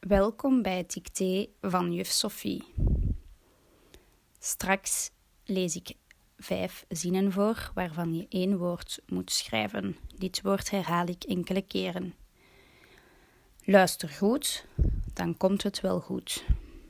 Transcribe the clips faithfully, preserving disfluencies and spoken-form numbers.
Welkom bij het dicté van juf Sophie. Straks lees ik vijf zinnen voor waarvan je één woord moet schrijven. Dit woord herhaal ik enkele keren. Luister goed, dan komt het wel goed.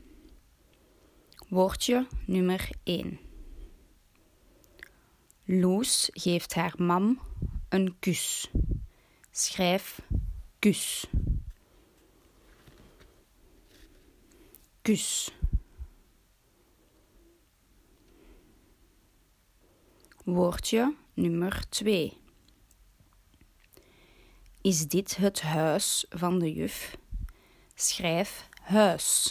Woordje nummer één. Loes geeft haar mam een kus. Schrijf kus. Kus. Woordje nummer twee. Is dit het huis van de juf? Schrijf huis.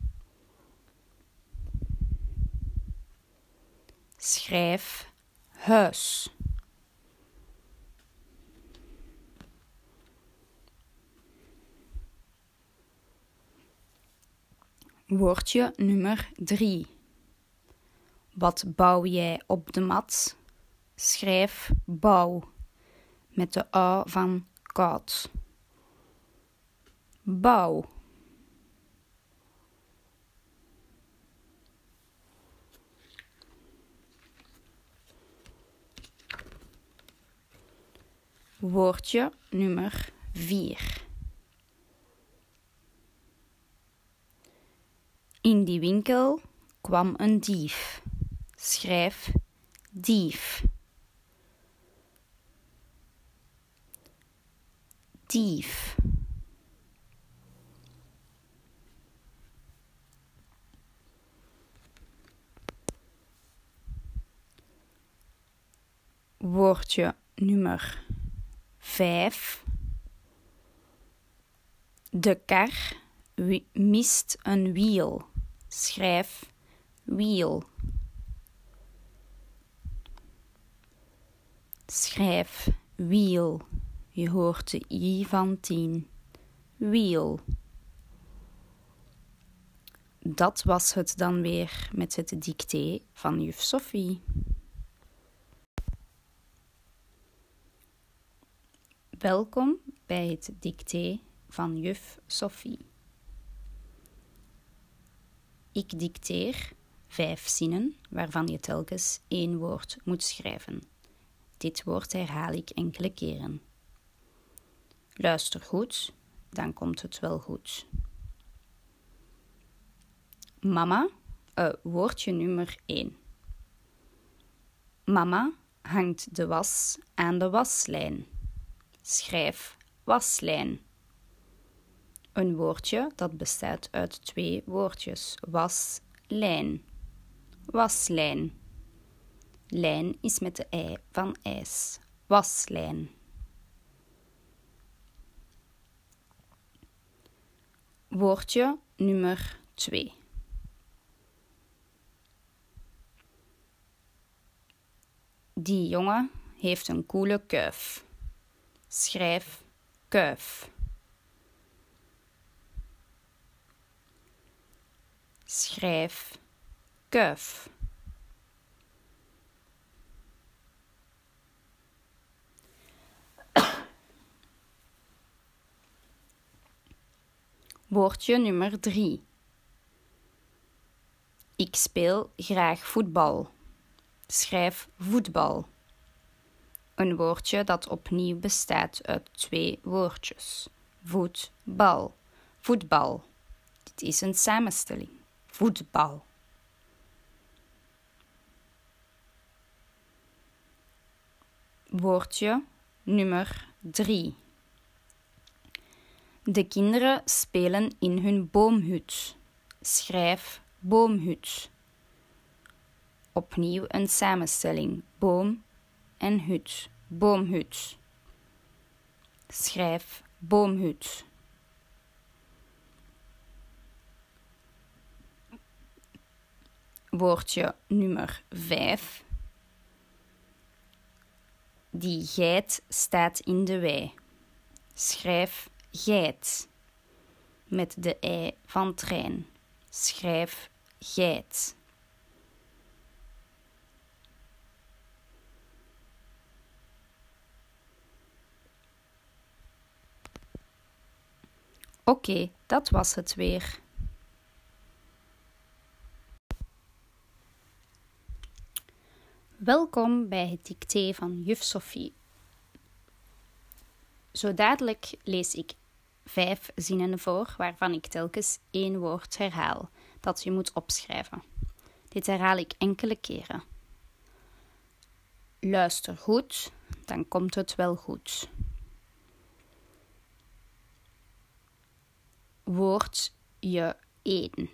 Schrijf huis. Woordje nummer drie. Wat bouw jij op de mat? Schrijf bouw met de A van koud. Bouw. Woordje nummer vier. In die winkel kwam een dief. Schrijf dief. Dief. Woordje nummer vijf. De kar mist een wiel. Schrijf wiel. Schrijf wiel. Je hoort de i van tien. Wiel. Dat was het dan weer met het dicté van juf Sophie. Welkom bij het dicté van juf Sophie. Ik dicteer vijf zinnen waarvan je telkens één woord moet schrijven. Dit woord herhaal ik enkele keren. Luister goed, dan komt het wel goed. Mama, uh, woordje nummer één. Mama hangt de was aan de waslijn. Schrijf waslijn. Een woordje dat bestaat uit twee woordjes. Was, lijn. Waslijn. Lijn is met de ei van ijs. Waslijn. Woordje nummer twee. Die jongen heeft een koele kuif. Schrijf kuif. Schrijf kuif. Woordje nummer drie. Ik speel graag voetbal. Schrijf voetbal. Een woordje dat opnieuw bestaat uit twee woordjes. Voetbal. Voetbal. Dit is een samenstelling. Voetbal. Woordje nummer drie. De kinderen spelen in hun boomhut. Schrijf boomhut. Opnieuw een samenstelling. Boom en hut. Boomhut. Schrijf boomhut. Woordje nummer vijf. Die geit staat in de wei. Schrijf geit. Met de ei van trein. Schrijf geit. Oké, dat was het weer. Welkom bij het dicté van juf Sophie. Zo dadelijk lees ik vijf zinnen voor, waarvan ik telkens één woord herhaal, dat je moet opschrijven. Dit herhaal ik enkele keren. Luister goed, dan komt het wel goed. Woordje één.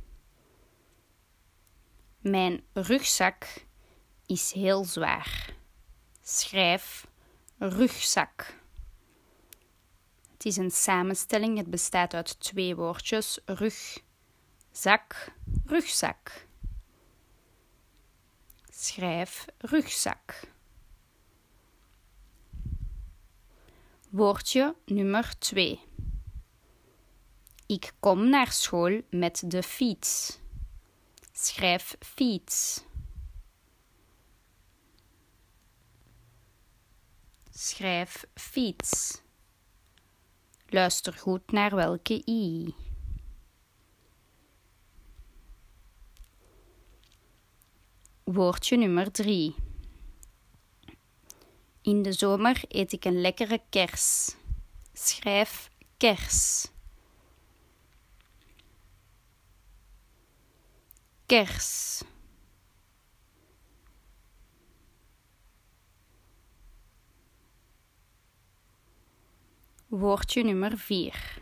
Mijn rugzak is heel zwaar. Schrijf rugzak. Het is een samenstelling. Het bestaat uit twee woordjes. Rug, zak, rugzak. Schrijf rugzak. Woordje nummer twee. Ik kom naar school met de fiets. Schrijf fiets. Schrijf fiets. Luister goed naar welke i. Woordje nummer drie. In de zomer eet ik een lekkere kers. Schrijf kers. Kers. Woordje nummer vier.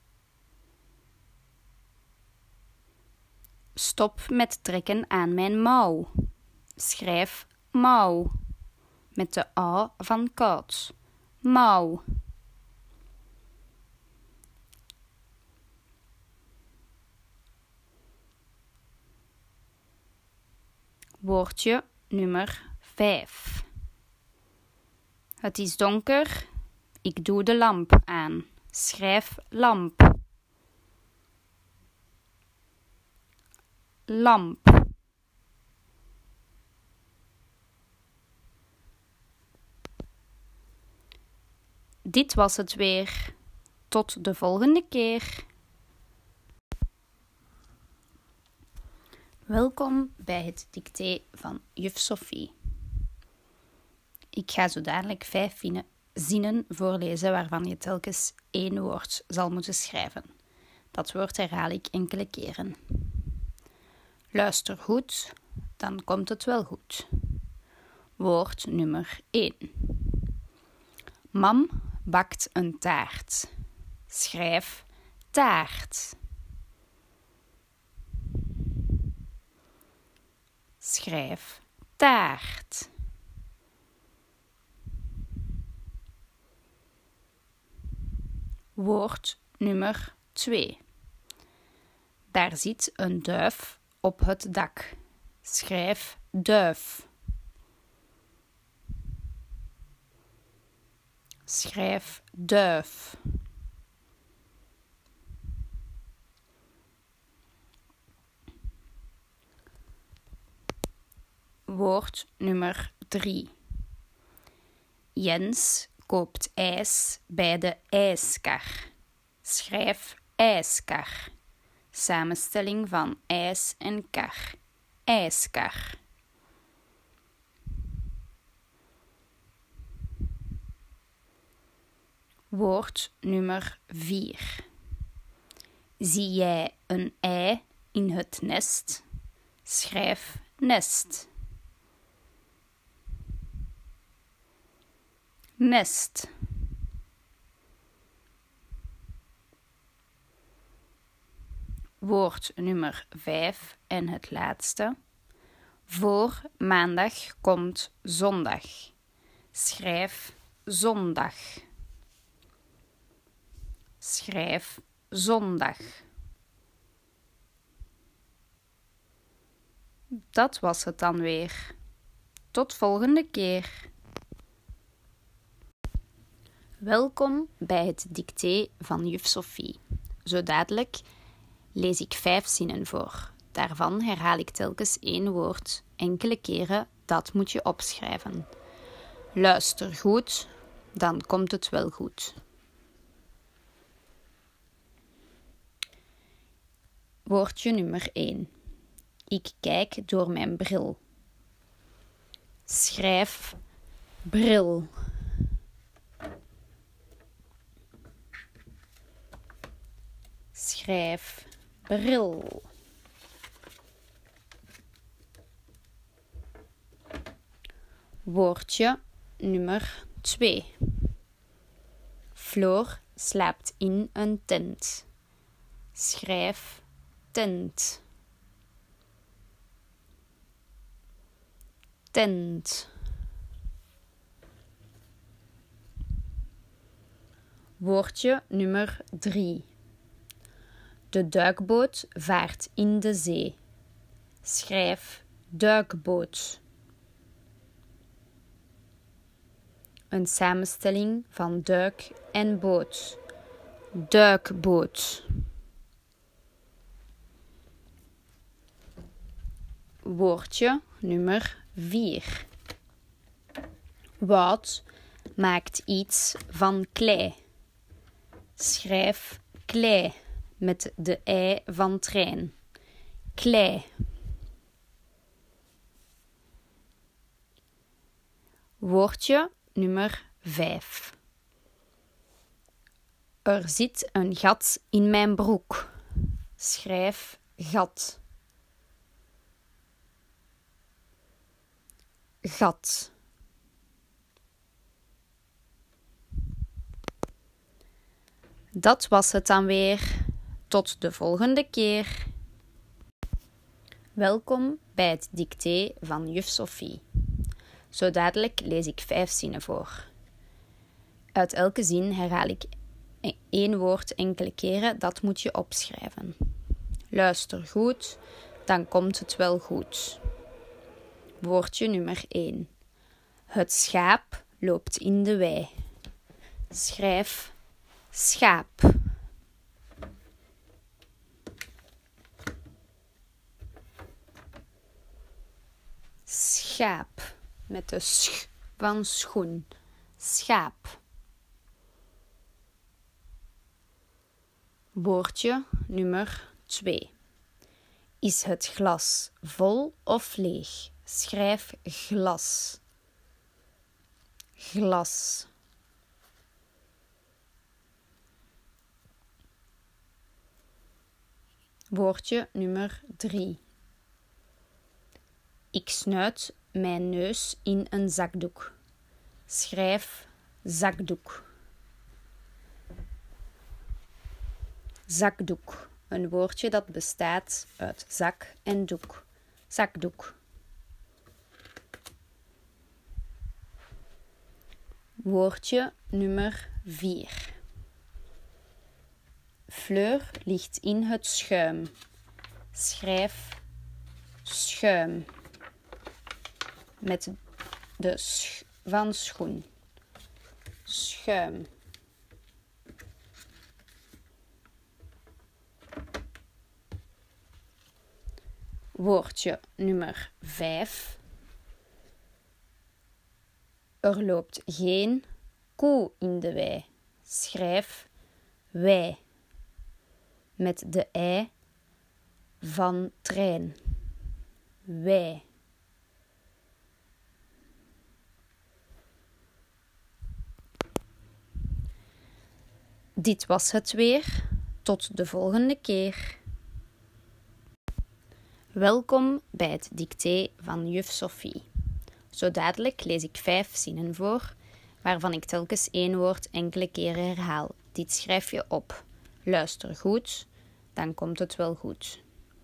Stop met trekken aan mijn mouw. Schrijf mouw. Met de a van koud. Mouw. Woordje nummer vijf. Het is donker. Ik doe de lamp aan. Schrijf lamp. Lamp. Dit was het weer. Tot de volgende keer. Welkom bij het dicté van juf Sophie. Ik ga zo dadelijk vijf zinnen voorlezen waarvan je telkens één woord zal moeten schrijven. Dat woord herhaal ik enkele keren. Luister goed, dan komt het wel goed. Woord nummer één. Mam bakt een taart. Schrijf taart. Schrijf taart. Woord nummer twee. Daar zit een duif op het dak. Schrijf duif. Schrijf duif. Woord nummer drie. Jens koopt ijs bij de ijskar. Schrijf ijskar. Samenstelling van ijs en kar. Ijskar. Woord nummer vier. Zie jij een ei in het nest? Schrijf nest. Nest. Woord nummer vijf en het laatste. Voor maandag komt zondag. Schrijf zondag. Schrijf zondag. Dat was het dan weer. Tot volgende keer. Welkom bij het dicté van juf Sophie. Zo dadelijk lees ik vijf zinnen voor. Daarvan herhaal ik telkens één woord. Enkele keren, dat moet je opschrijven. Luister goed, dan komt het wel goed. Woordje nummer één. Ik kijk door mijn bril. Schrijf bril. Schrijf bril. Woordje nummer twee. Floor slaapt in een tent. Schrijf tent. Tent. Woordje nummer drie. De duikboot vaart in de zee. Schrijf duikboot. Een samenstelling van duik en boot. Duikboot. Woordje nummer vier. Wout maakt iets van klei. Schrijf klei met de ei van trein. Klei. Woordje nummer vijf. Er zit een gat in mijn broek. Schrijf gat. Gat. Dat was het dan weer. Tot de volgende keer. Welkom bij het dicté van juf Sophie. Zo dadelijk lees ik vijf zinnen voor. Uit elke zin herhaal ik één woord enkele keren, dat moet je opschrijven. Luister goed, dan komt het wel goed. Woordje nummer één. Het schaap loopt in de wei. Schrijf schaap. Schaap. Met de sch van schoen. Schaap. Woordje nummer twee. Is het glas vol of leeg? Schrijf glas. Glas. Woordje nummer drie. Ik snuit mijn neus in een zakdoek. Schrijf zakdoek. Zakdoek. Een woordje dat bestaat uit zak en doek. Zakdoek. Woordje nummer vier. Fleur ligt in het schuim. Schrijf schuim. Met de sch van schoen. Schuim. Woordje nummer vijf. Er loopt geen koe in de wei. Schrijf wei. Met de ei van trein. Wei. Dit was het weer. Tot de volgende keer. Welkom bij het dicté van juf Sophie. Zo dadelijk lees ik vijf zinnen voor, waarvan ik telkens één woord enkele keren herhaal. Dit schrijf je op. Luister goed, dan komt het wel goed.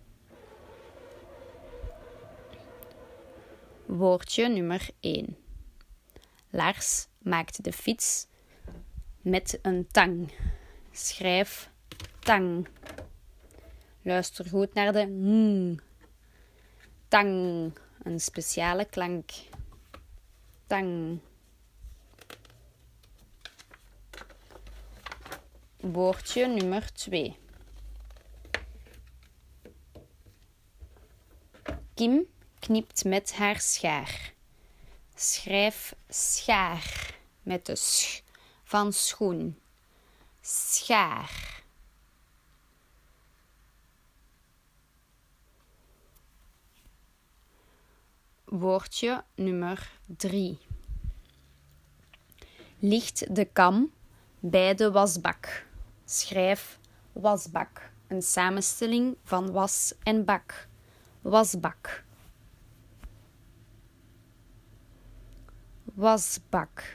Woordje nummer één. Lars maakt de fiets met een tang. Schrijf tang. Luister goed naar de ng. Tang. Een speciale klank. Tang. Woordje nummer twee. Kim knipt met haar schaar. Schrijf schaar met de sch van schoen. Schaar. Woordje nummer drie. Ligt de kam bij de wasbak. Schrijf wasbak. Een samenstelling van was en bak. Wasbak. Wasbak.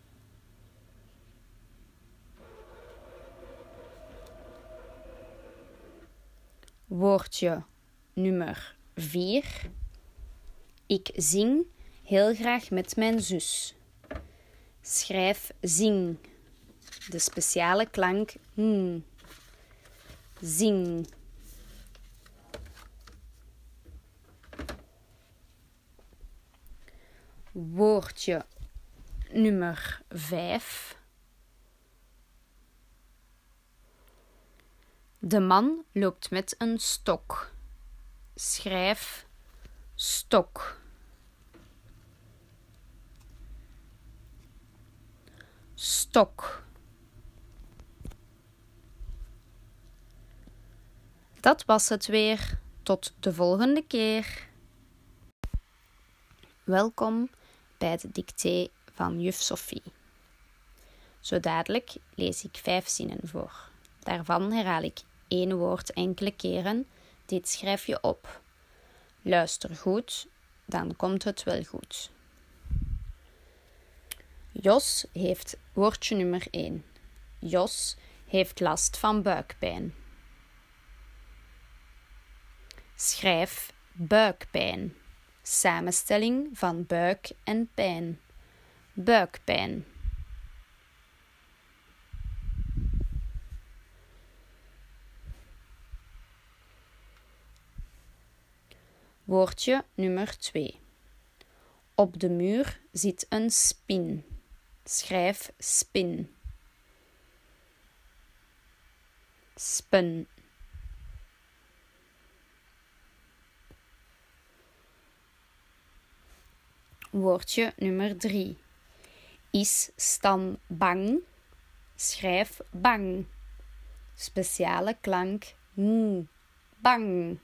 Woordje nummer vier. Ik zing heel graag met mijn zus. Schrijf zing. De speciale klank ng. Zing. Woordje nummer vijf. De man loopt met een stok. Schrijf stok. Stok. Dat was het weer. Tot de volgende keer. Welkom bij de dictée van juf Sophie. Zo dadelijk lees ik vijf zinnen voor. Daarvan herhaal ik één woord enkele keren. Dit schrijf je op. Luister goed, dan komt het wel goed. Jos heeft woordje nummer één. Jos heeft last van buikpijn. Schrijf buikpijn. Samenstelling van buik en pijn. Buikpijn. Woordje nummer twee. Op de muur zit een spin. Schrijf spin. Spin. Woordje nummer drie. Is Stan bang? Schrijf bang. Speciale klank ng. Bang.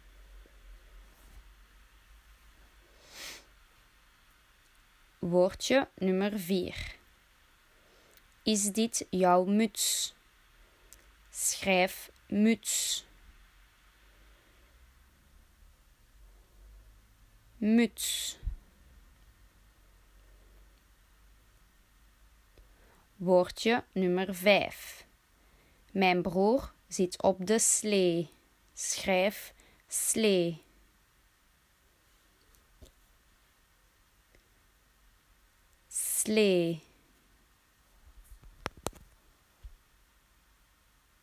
Woordje nummer vier. Is dit jouw muts? Schrijf muts. Muts. Woordje nummer vijf. Mijn broer zit op de slee. Schrijf slee. Slee.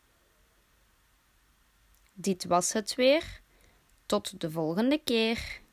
Dit was het weer. Tot de volgende keer.